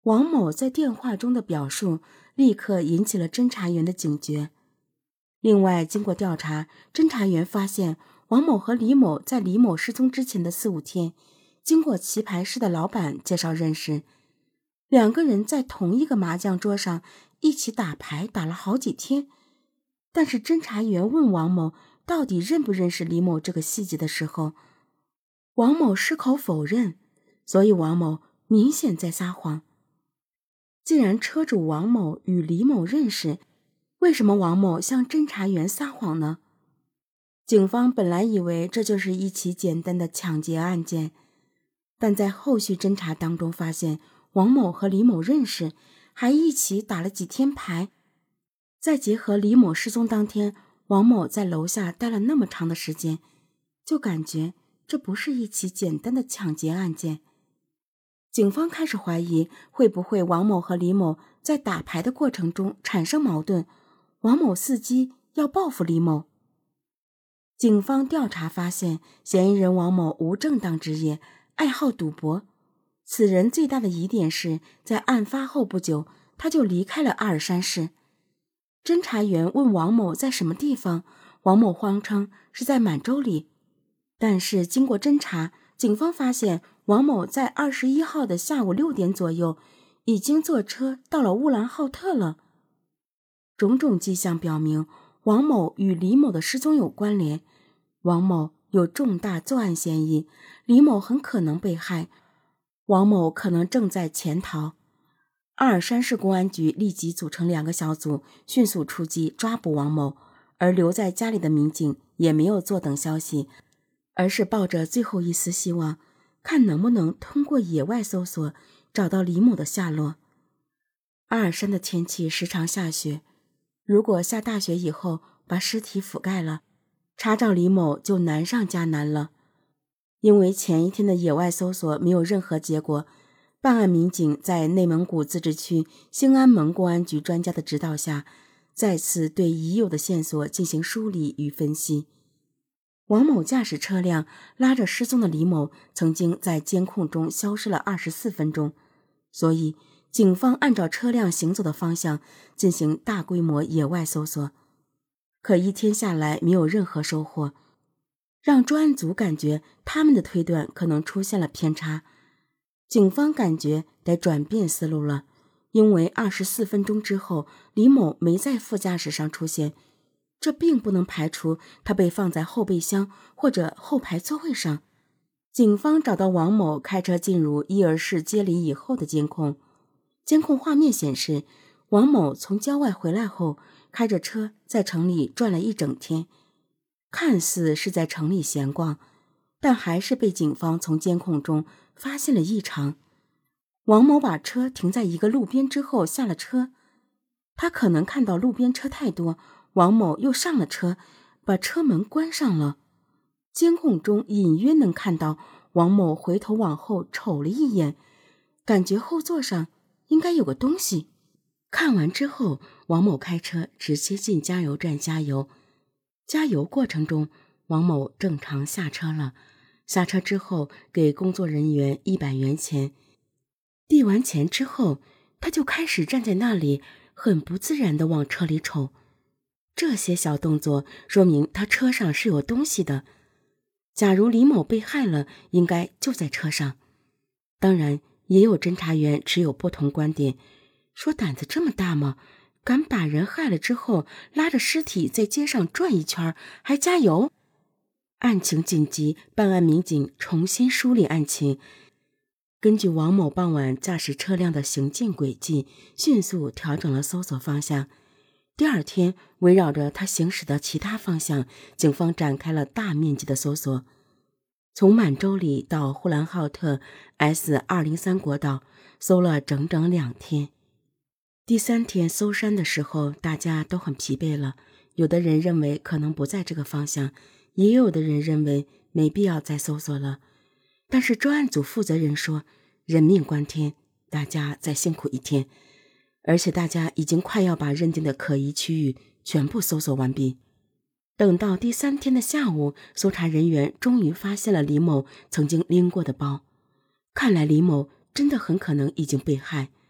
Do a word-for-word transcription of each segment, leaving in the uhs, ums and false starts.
王某在电话中的表述立刻引起了侦查员的警觉。另外，经过调查，侦查员发现王某和李某在李某失踪之前的四五天，经过棋牌室的老板介绍认识，两个人在同一个麻将桌上一起打牌打了好几天。但是侦查员问王某到底认不认识李某这个细节的时候，王某矢口否认，所以王某明显在撒谎。既然车主王某与李某认识，为什么王某向侦查员撒谎呢？警方本来以为这就是一起简单的抢劫案件，但在后续侦查当中发现王某和李某认识，还一起打了几天牌。再结合李某失踪当天王某在楼下待了那么长的时间，就感觉这不是一起简单的抢劫案件。警方开始怀疑，会不会王某和李某在打牌的过程中产生矛盾，王某伺机要报复李某。警方调查发现，嫌疑人王某无正当职业，爱好赌博。此人最大的疑点是，在案发后不久，他就离开了阿尔山市。侦查员问王某在什么地方，王某谎称是在满洲里。但是经过侦查，警方发现王某在二十一号的下午六点左右已经坐车到了乌兰浩特了。种种迹象表明，王某与李某的失踪有关联，王某有重大作案嫌疑，李某很可能被害，王某可能正在潜逃。阿尔山市公安局立即组成两个小组，迅速出击抓捕王某，而留在家里的民警也没有坐等消息，而是抱着最后一丝希望，看能不能通过野外搜索找到李某的下落。阿尔山的天气时常下雪，如果下大雪以后把尸体覆盖了，查找李某就难上加难了。因为前一天的野外搜索没有任何结果，办案民警在内蒙古自治区兴安盟公安局专家的指导下，再次对已有的线索进行梳理与分析。王某驾驶车辆拉着失踪的李某曾经在监控中消失了二十四分钟，所以警方按照车辆行走的方向进行大规模野外搜索。可一天下来没有任何收获，让专案组感觉他们的推断可能出现了偏差。警方感觉得转变思路了，因为二十四分钟之后李某没在副驾驶上出现，这并不能排除他被放在后备箱或者后排座位上。警方找到王某开车进入伊尔市街里以后的监控，监控画面显示，王某从郊外回来后开着车在城里转了一整天，看似是在城里闲逛，但还是被警方从监控中发现了异常。王某把车停在一个路边之后下了车，他可能看到路边车太多，王某又上了车，把车门关上了。监控中隐约能看到王某回头往后瞅了一眼，感觉后座上应该有个东西。看完之后，王某开车直接进加油站加油。加油过程中，王某正常下车了，下车之后给工作人员一百元钱。递完钱之后，他就开始站在那里，很不自然地往车里瞅。这些小动作说明他车上是有东西的。假如李某被害了，应该就在车上。当然，也有侦查员持有不同观点，说胆子这么大吗？敢把人害了之后，拉着尸体在街上转一圈，还加油。案情紧急，办案民警重新梳理案情，根据王某傍晚驾驶车辆的行进轨迹，迅速调整了搜索方向。第二天，围绕着他行驶的其他方向，警方展开了大面积的搜索。从满洲里到呼兰浩特 S 二零三国道，搜了整整两天。第三天搜山的时候，大家都很疲惫了，有的人认为可能不在这个方向，也有的人认为没必要再搜索了。但是专案组负责人说，人命关天，大家再辛苦一天，而且大家已经快要把认定的可疑区域全部搜索完毕。等到第三天的下午，搜查人员终于发现了李某曾经拎过的包，看来李某真的很可能已经被害。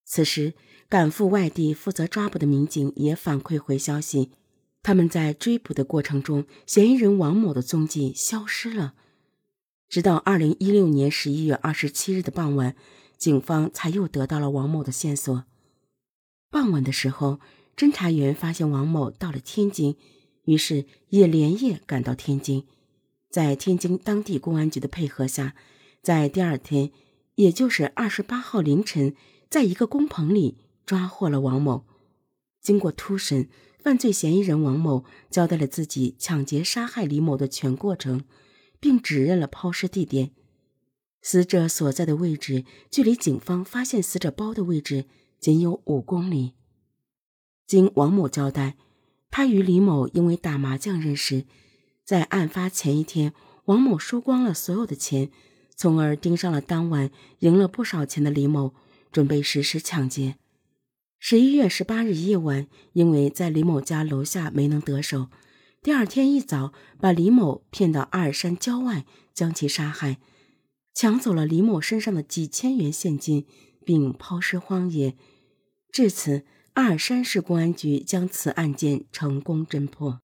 此时，赶赴外地负责抓捕的民警也反馈回消息，他们在追捕的过程中，嫌疑人王某的踪迹消失了。直到二零一六年十一月二十七日的傍晚，警方才又得到了王某的线索。傍晚的时候，侦查员发现王某到了天津，于是也连夜赶到天津。在天津当地公安局的配合下，在第二天，也就是二十八号凌晨，在一个工棚里抓获了王某。经过突审，犯罪嫌疑人王某交代了自己抢劫杀害李某的全过程，并指认了抛尸地点。死者所在的位置距离警方发现死者包的位置仅有五公里。经王某交代，他与李某因为打麻将认识，在案发前一天，王某输光了所有的钱，从而盯上了当晚赢了不少钱的李某，准备实施抢劫。十一月十八日夜晚，因为在李某家楼下没能得手，第二天一早把李某骗到阿尔山郊外，将其杀害，抢走了李某身上的几千元现金，并抛尸荒野。至此，阿尔山市公安局将此案件成功侦破。